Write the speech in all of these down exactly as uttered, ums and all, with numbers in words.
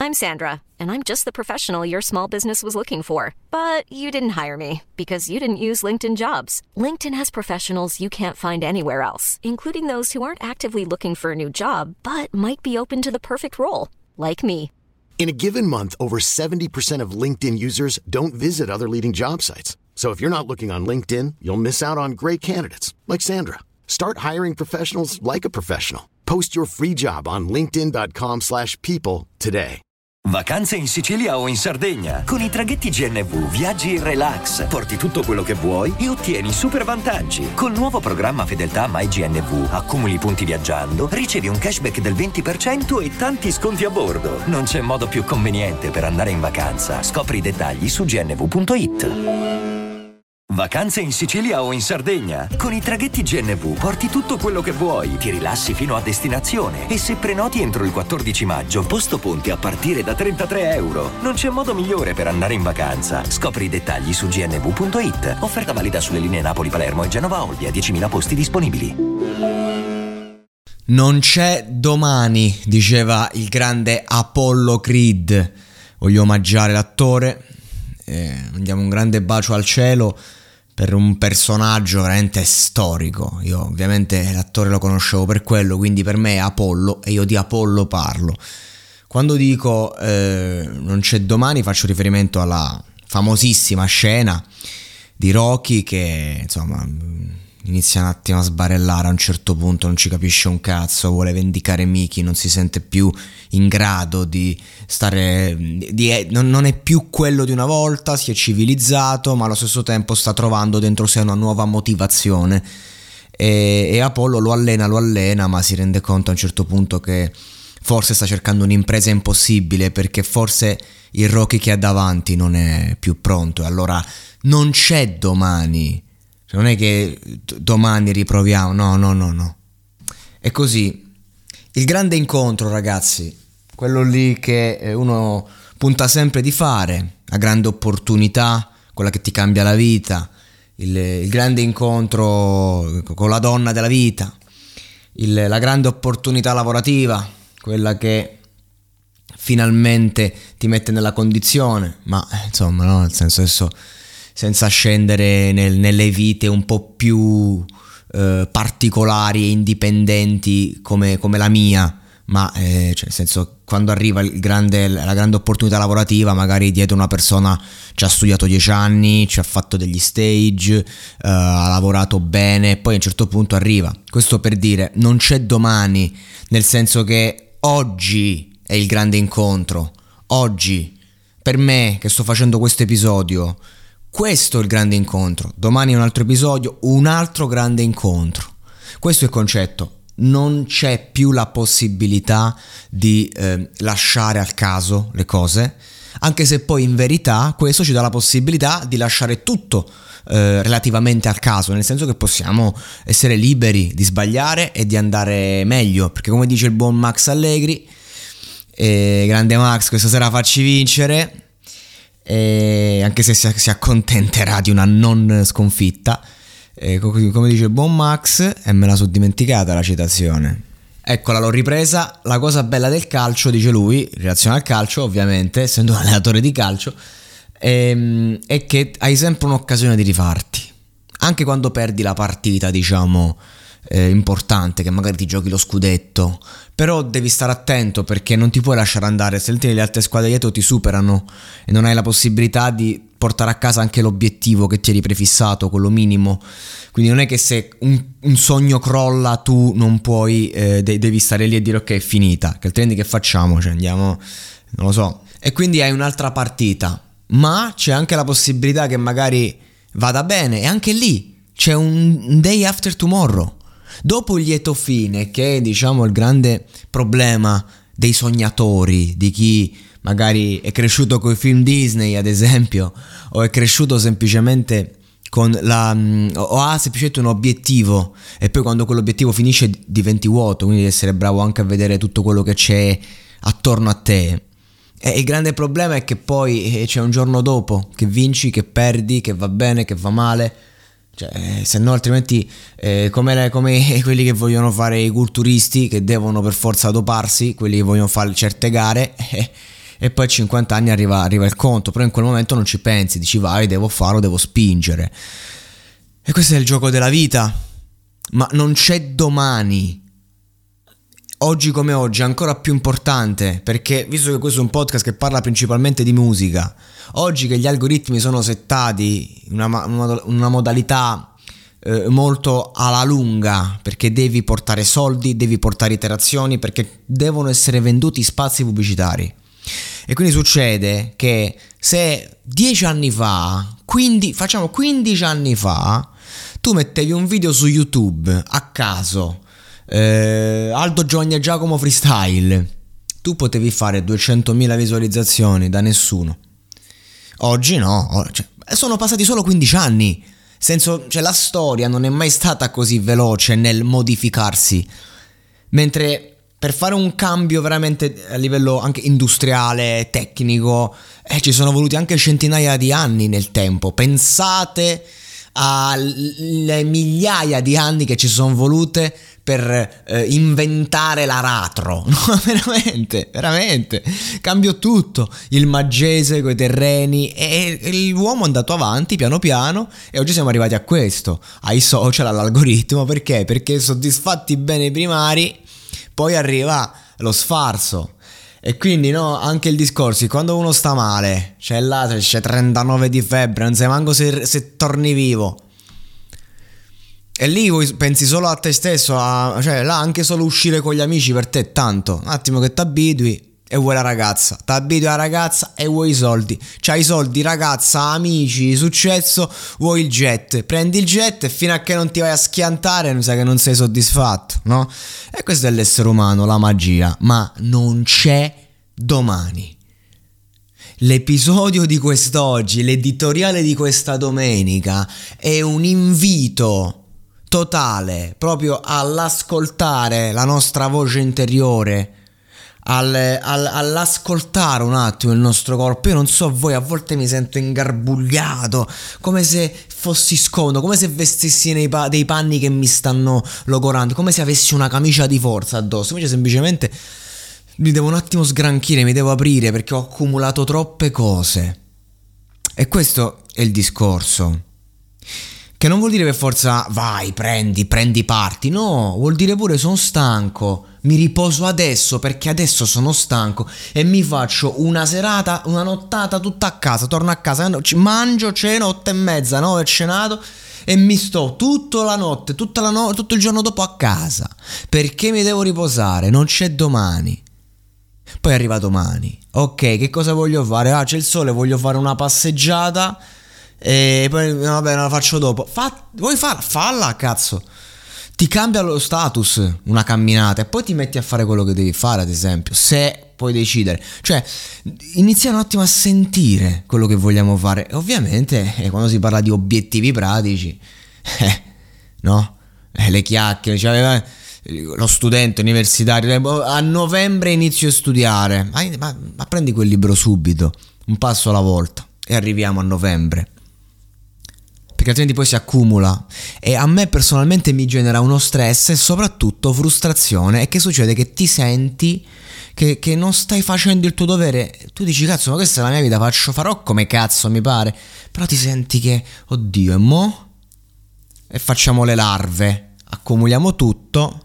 I'm Sandra, and I'm just the professional your small business was looking for. But you didn't hire me because you didn't use LinkedIn Jobs. LinkedIn has professionals you can't find anywhere else, including those who aren't actively looking for a new job, but might be open to the perfect role, like me. In a given month, over seventy percent of LinkedIn users don't visit other leading job sites. So if you're not looking on LinkedIn, you'll miss out on great candidates like Sandra. Start hiring professionals like a professional. Post your free job on linkedin.com slash people today. Vacanze in Sicilia o in Sardegna. Con i traghetti G N V viaggi in relax, porti tutto quello che vuoi e ottieni super vantaggi. Col nuovo programma Fedeltà MyGNV accumuli punti viaggiando, ricevi un cashback del venti per cento e tanti sconti a bordo. Non c'è modo più conveniente per andare in vacanza. Scopri i dettagli su g n v punto i t. Vacanze in Sicilia o in Sardegna. Con i traghetti G N V porti tutto quello che vuoi, ti rilassi fino a destinazione e se prenoti entro il quattordici maggio, posto ponti a partire da trentatré euro. Non c'è modo migliore per andare in vacanza. Scopri i dettagli su g n v punto i t. Offerta valida sulle linee Napoli-Palermo e Genova-Olbia, diecimila posti disponibili. Non c'è domani, diceva il grande Apollo Creed. Voglio omaggiare l'attore, eh, mandiamo un grande bacio al cielo per un personaggio veramente storico. Io ovviamente l'attore lo conoscevo per quello, quindi per me è Apollo e io di Apollo parlo. Quando dico eh, non c'è domani faccio riferimento alla famosissima scena di Rocky che insomma inizia un attimo a sbarellare a un certo punto, non ci capisce un cazzo, vuole vendicare Mickey, non si sente più in grado di stare di, non, non è più quello di una volta, si è civilizzato ma allo stesso tempo sta trovando dentro sé una nuova motivazione e, e Apollo lo allena, lo allena ma si rende conto a un certo punto che forse sta cercando un'impresa impossibile perché forse il Rocky che ha davanti non è più pronto e allora non c'è domani. Non è che domani riproviamo, no, no, no, no. È così. Il grande incontro, ragazzi, quello lì che uno punta sempre di fare, la grande opportunità, quella che ti cambia la vita, il, il grande incontro con la donna della vita, il, la grande opportunità lavorativa, quella che finalmente ti mette nella condizione, ma insomma, no, nel senso adesso senza scendere nel, nelle vite un po' più eh, particolari e indipendenti come, come la mia, ma eh, cioè, nel senso quando arriva il grande, la grande opportunità lavorativa magari dietro una persona ci ha studiato dieci anni, ci ha fatto degli stage, eh, ha lavorato bene, poi a un certo punto arriva. Questo per dire non c'è domani, nel senso che oggi è il grande incontro, oggi per me che sto facendo questo episodio. Questo è il grande incontro. Domani è un altro episodio, un altro grande incontro. Questo è il concetto. Non c'è più la possibilità di eh, lasciare al caso le cose, anche se poi in verità questo ci dà la possibilità di lasciare tutto eh, relativamente al caso, nel senso che possiamo essere liberi di sbagliare e di andare meglio, perché come dice il buon Max Allegri, eh, grande Max, questa sera facci vincere. E anche se si, si accontenterà di una non sconfitta, e come dice il buon Max, e me la sono dimenticata la citazione, eccola, l'ho ripresa. La cosa bella del calcio, dice lui, in relazione al calcio ovviamente, essendo un allenatore di calcio, è, è che hai sempre un'occasione di rifarti, anche quando perdi la partita, diciamo eh, importante, che magari ti giochi lo scudetto, però devi stare attento perché non ti puoi lasciare andare, se le altre squadre dietro ti superano e non hai la possibilità di portare a casa anche l'obiettivo che ti eri prefissato, quello minimo. Quindi non è che se un, un sogno crolla tu non puoi, eh, de- devi stare lì e dire ok è finita, che altrimenti che facciamo? Cioè andiamo, non lo so. E quindi hai un'altra partita, ma c'è anche la possibilità che magari vada bene e anche lì c'è un day after tomorrow. Dopo il lieto fine, che è diciamo il grande problema dei sognatori, di chi magari è cresciuto con i film Disney ad esempio, o è cresciuto semplicemente con la o ha semplicemente un obiettivo e poi quando quell'obiettivo finisce diventi vuoto, quindi devi essere bravo anche a vedere tutto quello che c'è attorno a te. E il grande problema è che poi c'è un giorno dopo, che vinci, che perdi, che va bene, che va male. Cioè, se no altrimenti eh, come, come quelli che vogliono fare i culturisti, che devono per forza doparsi, quelli che vogliono fare certe gare, eh, e poi a cinquanta anni arriva, arriva il conto, però in quel momento non ci pensi, dici vai, devo farlo, devo spingere. E questo è il gioco della vita, ma non c'è domani. Oggi come oggi è ancora più importante, perché visto che questo è un podcast che parla principalmente di musica, oggi che gli algoritmi sono settati in una, una, una modalità eh, molto alla lunga, perché devi portare soldi, devi portare iterazioni, perché devono essere venduti spazi pubblicitari. E quindi succede che se dieci anni fa, quindi, facciamo quindici anni fa, tu mettevi un video su YouTube a caso, eh, Aldo Giovanni e Giacomo freestyle, tu potevi fare duecentomila visualizzazioni da nessuno. Oggi no, cioè, sono passati solo quindici anni, senso, cioè, la storia non è mai stata così veloce nel modificarsi, mentre per fare un cambio veramente a livello anche industriale, tecnico, eh, ci sono voluti anche centinaia di anni nel tempo. Pensate alle migliaia di anni che ci sono volute per eh, inventare l'aratro. No, veramente, veramente. Cambiò tutto, il maggese coi terreni, e, e l'uomo è andato avanti piano piano e oggi siamo arrivati a questo, ai social, all'algoritmo. Perché? Perché soddisfatti i beni primari, poi arriva lo sfarzo. E quindi no, anche il discorso, quando uno sta male, c'è là, c'è trentanove di febbre, non sai manco se, se torni vivo, e lì vuoi, pensi solo a te stesso, a, cioè là anche solo uscire con gli amici per te è tanto, un attimo che t'abitui e vuoi la ragazza, t'abitui alla ragazza e vuoi i soldi, c'hai i soldi, ragazza, amici, successo, vuoi il jet, prendi il jet e fino a che non ti vai a schiantare mi sa che non sei soddisfatto, no? E questo è l'essere umano, la magia, ma non c'è domani. L'episodio di quest'oggi, l'editoriale di questa domenica è un invito totale proprio all'ascoltare la nostra voce interiore, Al, al, all'ascoltare un attimo il nostro corpo. Io non so voi, a volte mi sento ingarbugliato, come se fossi scomodo, come se vestissi nei pa- dei panni che mi stanno logorando, come se avessi una camicia di forza addosso. Invece semplicemente mi devo un attimo sgranchire, mi devo aprire, perché ho accumulato troppe cose. E questo è il discorso, che non vuol dire per forza vai, prendi, prendi parti. No, vuol dire pure sono stanco, mi riposo adesso perché adesso sono stanco e mi faccio una serata, una nottata tutta a casa. Torno a casa, mangio, ceno, otto e mezza, nove, cenato, e mi sto tutta la notte, tutta la no- tutto il giorno dopo a casa, perché mi devo riposare, non c'è domani. Poi arriva domani, ok, che cosa voglio fare? Ah, c'è il sole, voglio fare una passeggiata. E poi vabbè, non la faccio dopo. Fa, vuoi farla? Falla, cazzo. Ti cambia lo status una camminata e poi ti metti a fare quello che devi fare, ad esempio, se puoi decidere. Cioè, iniziare un attimo a sentire quello che vogliamo fare. E ovviamente eh, quando si parla di obiettivi pratici, eh, no? Eh, le chiacchiere, cioè, eh, lo studente universitario, a novembre inizio a studiare. Ma, ma, ma prendi quel libro subito, un passo alla volta, e arriviamo a novembre, perché altrimenti poi si accumula, e a me personalmente mi genera uno stress e soprattutto frustrazione. E che succede? Che ti senti che, che non stai facendo il tuo dovere. Tu dici cazzo, ma questa è la mia vita, faccio, farò come cazzo mi pare, però ti senti che oddio, e mo? E facciamo le larve, accumuliamo tutto,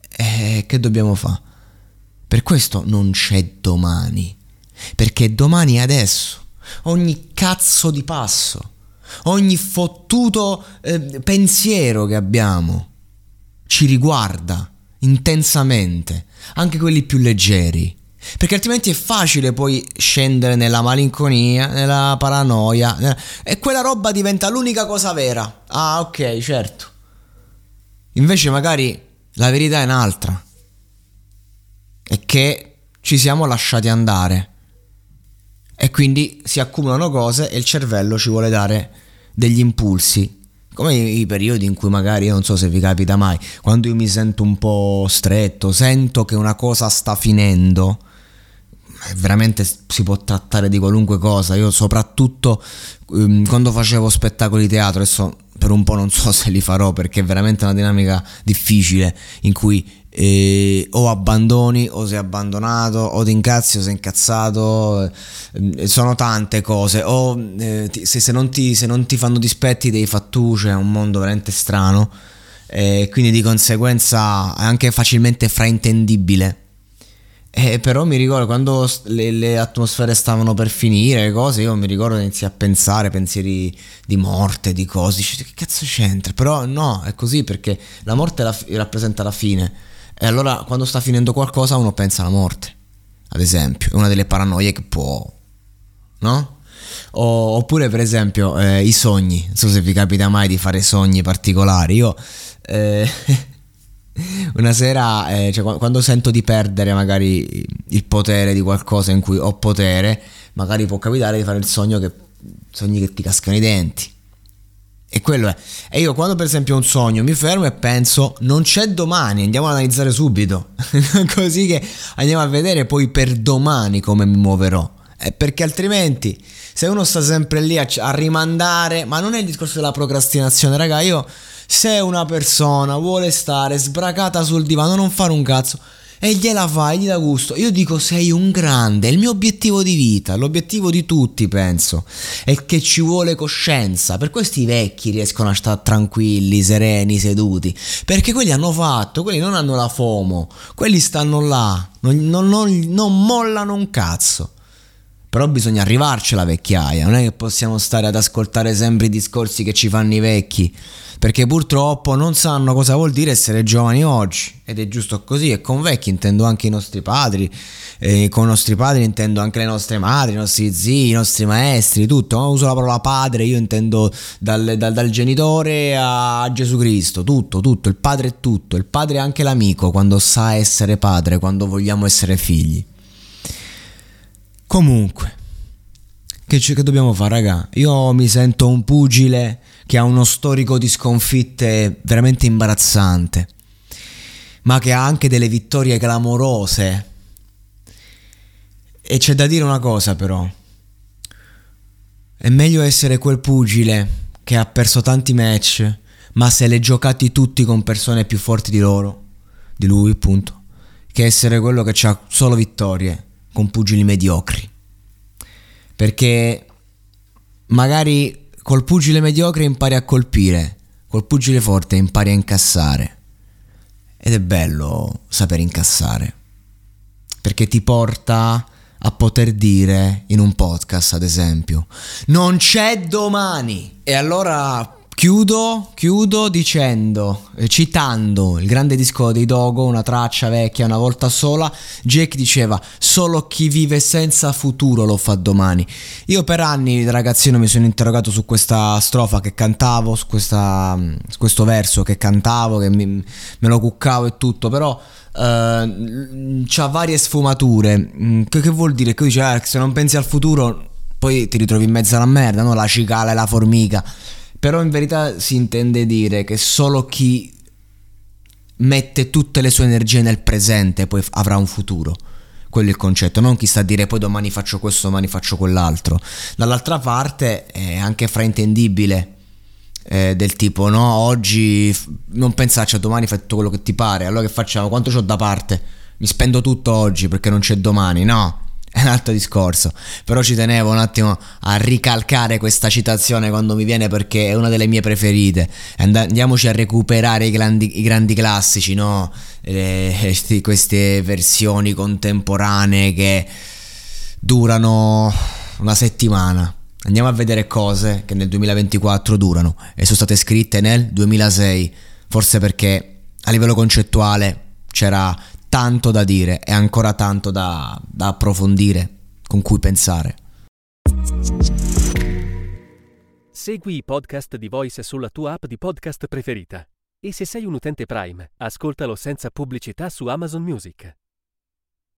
e che dobbiamo fare? Per questo non c'è domani, perché domani è adesso. Ogni cazzo di passo, ogni fottuto eh, pensiero che abbiamo ci riguarda intensamente, anche quelli più leggeri, perché altrimenti è facile poi scendere nella malinconia, nella paranoia, nella... e quella roba diventa l'unica cosa vera. Ah, ok, certo. Invece magari la verità è un'altra, è che ci siamo lasciati andare. E quindi si accumulano cose e il cervello ci vuole dare degli impulsi, come i periodi in cui magari, io non so se vi capita mai, quando io mi sento un po' stretto, sento che una cosa sta finendo, veramente si può trattare di qualunque cosa. Io soprattutto um, quando facevo spettacoli di teatro, adesso per un po' non so se li farò perché è veramente una dinamica difficile in cui eh, o abbandoni o sei abbandonato, o ti incazzi o sei incazzato, eh, sono tante cose, o eh, ti, se, se, non ti, se non ti fanno dispetti devi fattuce, è un mondo veramente strano, e eh, quindi di conseguenza è anche facilmente fraintendibile. Eh, però mi ricordo quando le, le atmosfere stavano per finire, le cose, io mi ricordo inizi a pensare pensieri di morte, di cose, dici, che cazzo c'entra? Però no, è così, perché la morte la, rappresenta la fine, e allora quando sta finendo qualcosa uno pensa alla morte, ad esempio, è una delle paranoie che può, no? O, oppure per esempio eh, i sogni, non so se vi capita mai di fare sogni particolari. Io eh, una sera, eh, cioè, quando sento di perdere magari il potere di qualcosa in cui ho potere, magari può capitare di fare il sogno che sogni che ti cascano i denti. E quello è. E io quando per esempio ho un sogno mi fermo e penso, non c'è domani, andiamo ad analizzare subito. Così che andiamo a vedere poi per domani come mi muoverò. Eh, perché altrimenti se uno sta sempre lì a, a rimandare, ma non è il discorso della procrastinazione, raga, io se una persona vuole stare sbracata sul divano, non fare un cazzo, e gliela fai, gli dà gusto, io dico sei un grande, è il mio obiettivo di vita, l'obiettivo di tutti penso, è che ci vuole coscienza, per questo i vecchi riescono a stare tranquilli, sereni, seduti, perché quelli hanno fatto, quelli non hanno la FOMO, quelli stanno là, non, non, non, non mollano un cazzo. Però bisogna arrivarci alla vecchiaia, non è che possiamo stare ad ascoltare sempre i discorsi che ci fanno i vecchi, perché purtroppo non sanno cosa vuol dire essere giovani oggi, ed è giusto così. E con vecchi intendo anche i nostri padri, e con i nostri padri intendo anche le nostre madri, i nostri zii, i nostri maestri, tutto. Non uso la parola padre, io intendo dal, dal, dal genitore a Gesù Cristo, tutto, tutto, il padre è tutto, il padre è anche l'amico quando sa essere padre, quando vogliamo essere figli. Comunque, che, che dobbiamo fare, raga? Io mi sento un pugile che ha uno storico di sconfitte veramente imbarazzante, ma che ha anche delle vittorie clamorose. E c'è da dire una cosa però, è meglio essere quel pugile che ha perso tanti match, ma se li ha giocati tutti con persone più forti di loro, di lui appunto, che essere quello che ha solo vittorie con pugili mediocri. Perché magari col pugile mediocre impari a colpire, col pugile forte impari a incassare, ed è bello saper incassare, perché ti porta a poter dire in un podcast, ad esempio, non c'è domani. E allora Chiudo, chiudo dicendo, eh, citando il grande disco dei Dogo, una traccia vecchia, una volta sola. Jake diceva, solo chi vive senza futuro lo fa domani. Io per anni da ragazzino mi sono interrogato su questa strofa che cantavo, su, questa, su questo verso che cantavo, che mi, me lo cuccavo e tutto, però eh, c'ha varie sfumature. Che, che vuol dire? Che dice, eh, se non pensi al futuro poi ti ritrovi in mezzo alla merda, no? La cicala e la formica. Però in verità si intende dire che solo chi mette tutte le sue energie nel presente poi avrà un futuro. Quello è il concetto, non chi sta a dire poi domani faccio questo, domani faccio quell'altro. Dall'altra parte è anche fraintendibile, eh, del tipo, no, oggi non pensarci a domani, fai tutto quello che ti pare. Allora che facciamo? Quanto c'ho da parte? Mi spendo tutto oggi perché non c'è domani? No, è un altro discorso. Però ci tenevo un attimo a ricalcare questa citazione quando mi viene, perché è una delle mie preferite. Andiamoci a recuperare i grandi, i grandi classici, no? Eh, queste versioni contemporanee che durano una settimana. Andiamo a vedere cose che nel duemilaventiquattro durano e sono state scritte nel duemilasei, forse perché a livello concettuale c'era tanto da dire e ancora tanto da, da approfondire, con cui pensare. Segui i podcast di Voice sulla tua app di podcast preferita. E se sei un utente Prime, ascoltalo senza pubblicità su Amazon Music.